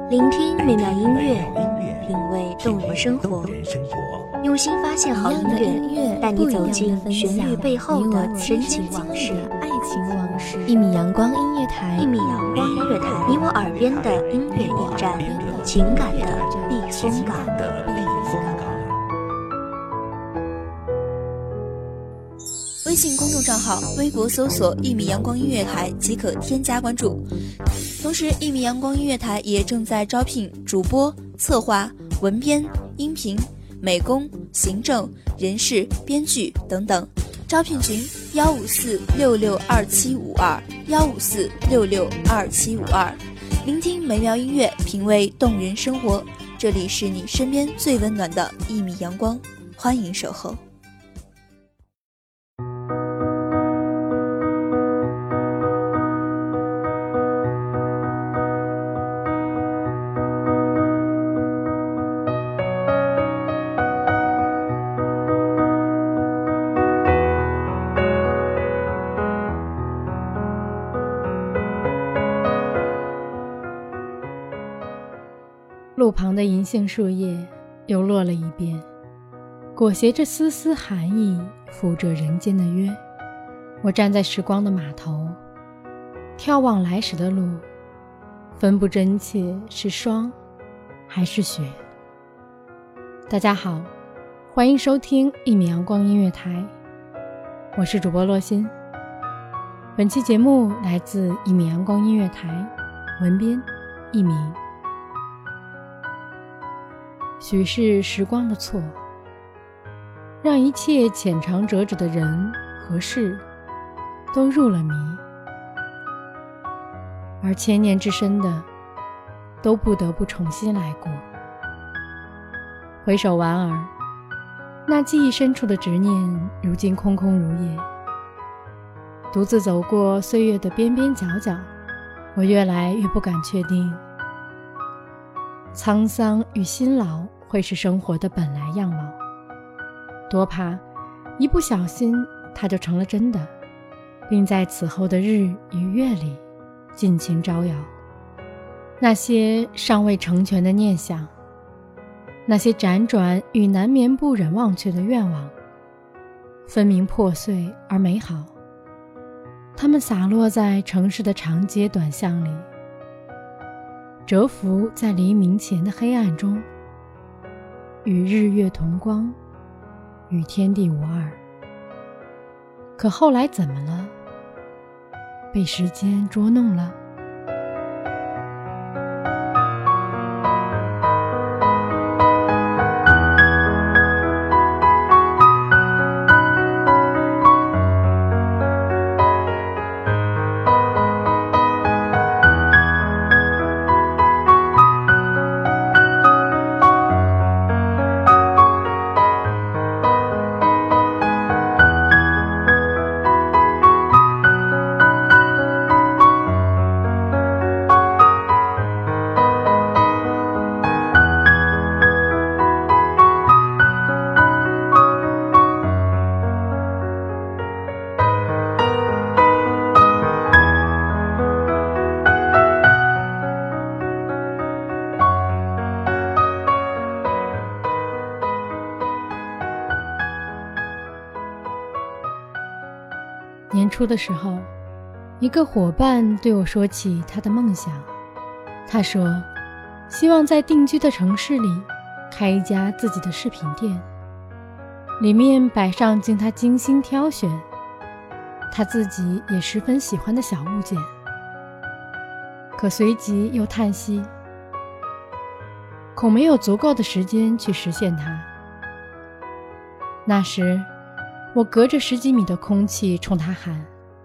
聆听美妙音乐，品味动人生活，用心发现好音乐，带你走进旋律背后的深情往事。 爱情往事。一米阳光音乐台， 你我耳边的音乐驿站，情感的避风港。 微信公众账号、微博搜索“一米阳光音乐台”即可添加关注。同时，一米阳光音乐台也正在招聘主播、策划、文编、音频、美工、行政、人事、编剧等等。招聘群154662752，154662752。聆听美妙音乐，品味动人生活。这里是你身边最温暖的一米阳光，欢迎守候。 路旁的银杏树叶又落了一遍，裹挟着丝丝寒意，附着人间的约。我站在时光的码头，眺望来时的路，分不真切是霜还是雪。大家好，欢迎收听一米阳光音乐台，我是主播洛心。本期节目来自一米阳光音乐台，文编一米。许是时光的错，让一切浅尝辄止的人和事都入了迷，而千年之深的都不得不重新来过。回首莞尔，那记忆深处的执念如今空空如也。独自走过岁月的边边角角，我越来越不敢确定沧桑与辛劳会是生活的本来样貌，多怕一不小心它就成了真的，并在此后的日与月里尽情招摇。那些尚未成全的念想，那些辗转与难眠不忍忘却的愿望，分明破碎而美好，它们洒落在城市的长街短巷里，蛰伏在黎明前的黑暗中，与日月同光，与天地无二。可后来怎么了？被时间捉弄了？年初的时候，一个伙伴对我说起他的梦想。他说，希望在定居的城市里开一家自己的饰品店，里面摆上经他精心挑选，他自己也十分喜欢的小物件。可随即又叹息，恐没有足够的时间去实现它。那时我隔着10几米的空气冲他喊，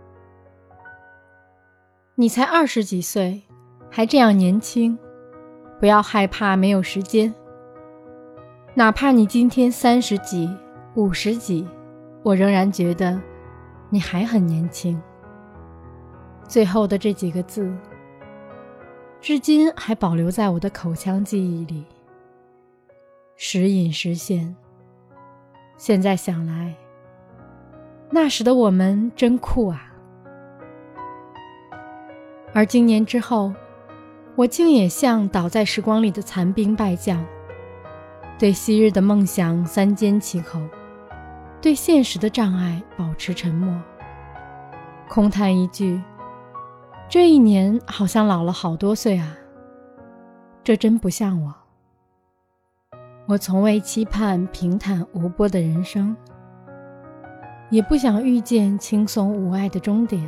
你才20几岁，还这样年轻，不要害怕没有时间。哪怕你今天30几、50几，我仍然觉得你还很年轻。最后的这几个字，至今还保留在我的口腔记忆里，时隐时现。现在想来，那时的我们真酷啊。而今年之后， 我竟也像倒在时光里的残兵败将，对昔日的梦想三缄其口，对现实的障碍保持沉默，空叹一句，这一年好像老了好多岁啊，这真不像我。我从未期盼平坦无波的人生，也不想遇见轻松无碍的终点。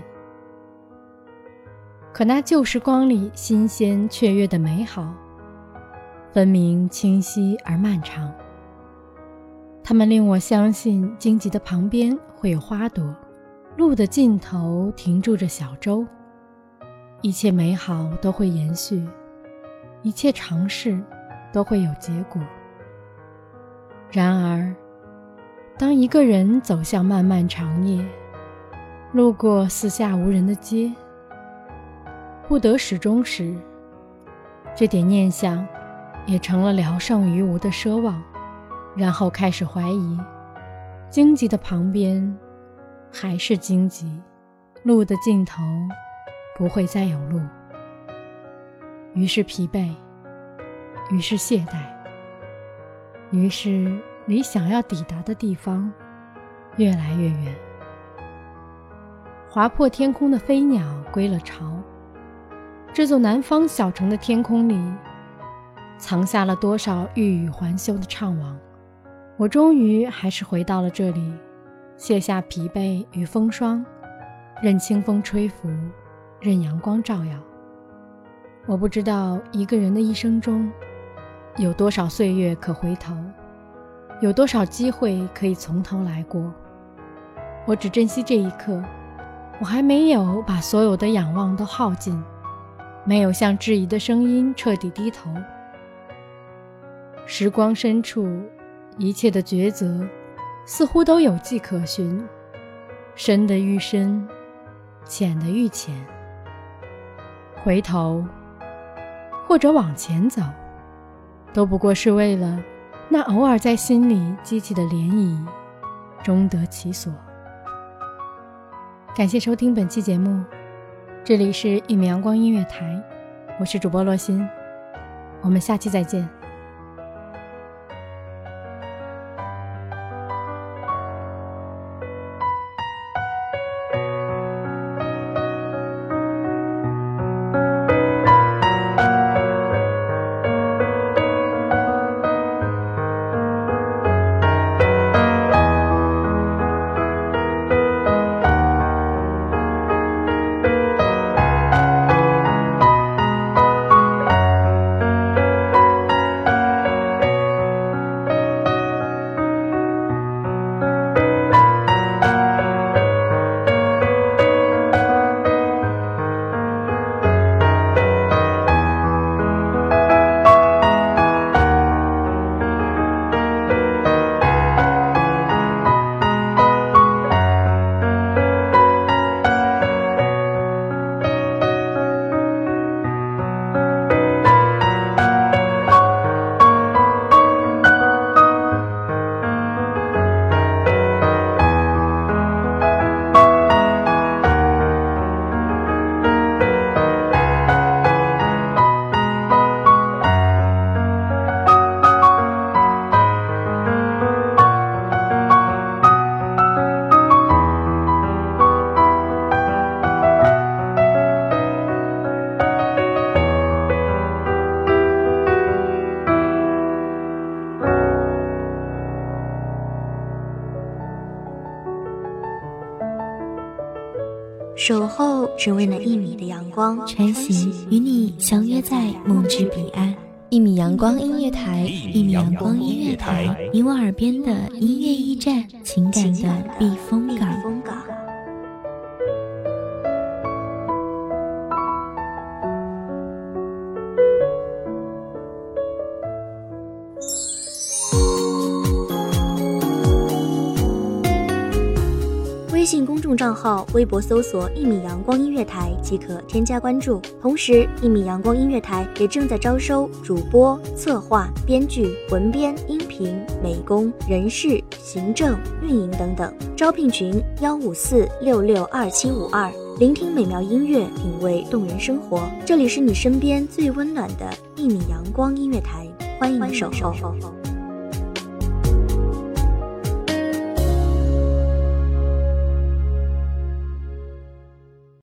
可那旧时光里新鲜雀跃的美好，分明清晰而漫长。它们令我相荆棘的旁边会有花朵，路的尽头停住着小舟，一切美好都会延续，一切尝试都会有结果。然而，当一个人走向漫漫长夜，路过四下无人的街，不得始终时，这点念想也成了聊胜于无的奢望，然后开始怀疑，荆棘的旁边还是荆棘，路的尽头不会再有路。于是疲惫，于是懈怠，于是离想要抵达的地方越来越远。划破天空的飞鸟归了巢，这座南方小城的天空里藏下了多少欲语还休的怅惘。我终于还是回到了这里，卸下疲惫与风霜，任清风吹拂，任阳光照耀。我不知道一个人的一生中有多少岁月可回头，有多少机会可以从头来过。我只珍惜这一刻，我还没有把所有的仰望都耗尽，没有向质疑的声音彻底低头。时光深处，一切的抉择似乎都有迹可循，深的愈深，浅的愈浅。回头或者往前走，都不过是为了那偶尔在心里激起的涟漪终得其所。感谢收听本期节目，这里是一米阳光音乐台，我是主播洛心，我们下期再见。 守候只为那1米的阳光， 穿行与你相约在梦之彼岸。1米阳光音乐台，1米阳光音乐台，你我耳边的音乐驿站，情感的避风港。 微信公众账号、微博搜索1米阳光音乐台即可添加关注。同时，1米阳光音乐台也正在招收主播、策划、编剧、文编、音频、美工、人事、行政、运营等等。招聘群：154662752。 聆听美妙音乐，品味动人生活。这里是你身边最温暖的1米阳光音乐台，欢迎你守候。